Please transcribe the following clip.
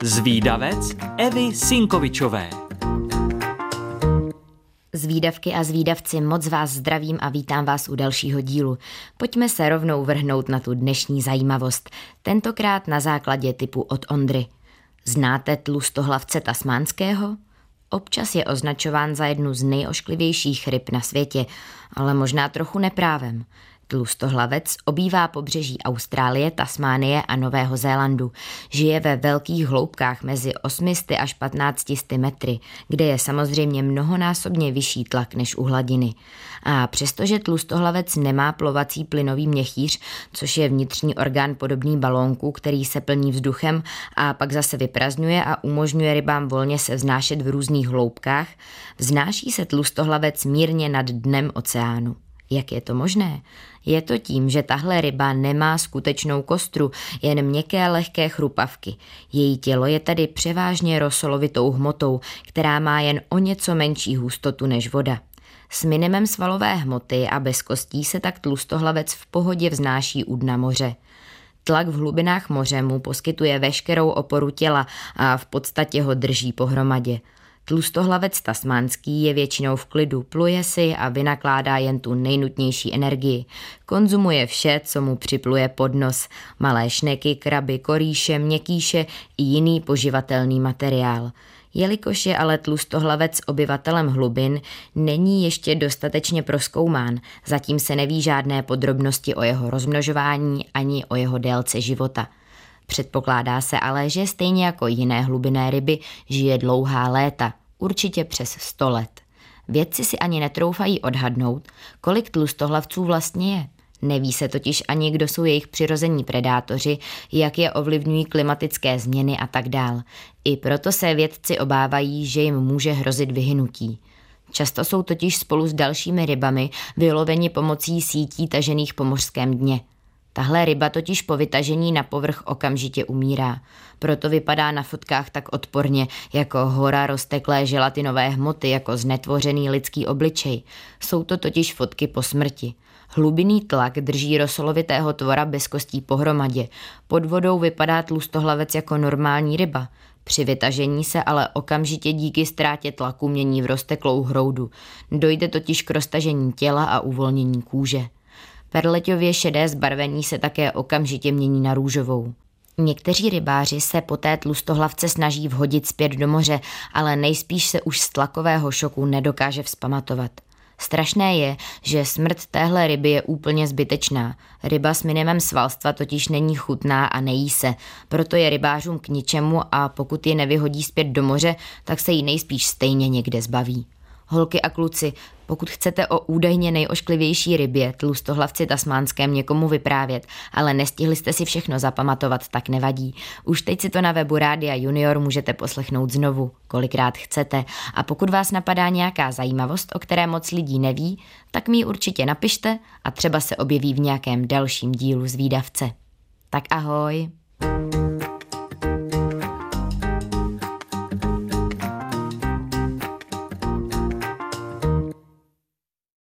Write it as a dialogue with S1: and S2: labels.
S1: Zvídavec Evy Sinkovičové.
S2: Zvídavky a zvídavci, moc vás zdravím a vítám vás u dalšího dílu. Pojďme se rovnou vrhnout na tu dnešní zajímavost, tentokrát na základě typu od Ondry. Znáte tlustohlavce tasmánského? Občas je označován za jednu z nejošklivějších ryb na světě, ale možná trochu neprávem. Tlustohlavec obývá pobřeží Austrálie, Tasmánie a Nového Zélandu. Žije ve velkých hloubkách mezi 800 až 1500 metry, kde je samozřejmě mnohonásobně vyšší tlak než u hladiny. A přestože tlustohlavec nemá plovací plynový měchýř, což je vnitřní orgán podobný balónku, který se plní vzduchem a pak zase vyprazdňuje a umožňuje rybám volně se vznášet v různých hloubkách, vznáší se tlustohlavec mírně nad dnem oceánu. Jak je to možné? Je to tím, že tahle ryba nemá skutečnou kostru, jen měkké lehké chrupavky. Její tělo je tady převážně rosolovitou hmotou, která má jen o něco menší hustotu než voda. S minimem svalové hmoty a bez kostí se tak tlustohlavec v pohodě vznáší u dna moře. Tlak v hlubinách moře mu poskytuje veškerou oporu těla a v podstatě ho drží pohromadě. Tlustohlavec tasmánský je většinou v klidu, pluje si a vynakládá jen tu nejnutnější energii. Konzumuje vše, co mu připluje pod nos. Malé šneky, kraby, korýše, měkýše i jiný poživatelný materiál. Jelikož je ale tlustohlavec obyvatelem hlubin, není ještě dostatečně prozkoumán. Zatím se neví žádné podrobnosti o jeho rozmnožování ani o jeho délce života. Předpokládá se ale, že stejně jako jiné hlubinné ryby žije dlouhá léta, určitě přes 100 let. Vědci si ani netroufají odhadnout, kolik tlustohlavců vlastně je. Neví se totiž ani, kdo jsou jejich přirození predátoři, jak je ovlivňují klimatické změny a tak dál. I proto se vědci obávají, že jim může hrozit vyhynutí. Často jsou totiž spolu s dalšími rybami vyloveni pomocí sítí tažených po mořském dně. Tahle ryba totiž po vytažení na povrch okamžitě umírá. Proto vypadá na fotkách tak odporně, jako hora rozteklé želatinové hmoty, jako znetvořený lidský obličej. Jsou to totiž fotky po smrti. Hlubinný tlak drží rosolovitého tvora bez kostí pohromadě. Pod vodou vypadá tlustohlavec jako normální ryba. Při vytažení se ale okamžitě díky ztrátě tlaku mění v rozteklou hroudu. Dojde totiž k roztažení těla a uvolnění kůže. Perleťově šedé zbarvení se také okamžitě mění na růžovou. Někteří rybáři se po té tlustohlavce snaží vhodit zpět do moře, ale nejspíš se už z tlakového šoku nedokáže vzpamatovat. Strašné je, že smrt téhle ryby je úplně zbytečná. Ryba s minimem svalstva totiž není chutná a nejí se, proto je rybářům k ničemu a pokud ji nevyhodí zpět do moře, tak se jí nejspíš stejně někde zbaví. Holky a kluci, pokud chcete o údajně nejošklivější rybě, tlustohlavci tasmánském někomu vyprávět, ale nestihli jste si všechno zapamatovat, tak nevadí. Už teď si to na webu Rádia Junior můžete poslechnout znovu, kolikrát chcete. A pokud vás napadá nějaká zajímavost, o které moc lidí neví, tak mi ji určitě napište a třeba se objeví v nějakém dalším dílu Zvídavce. Tak ahoj!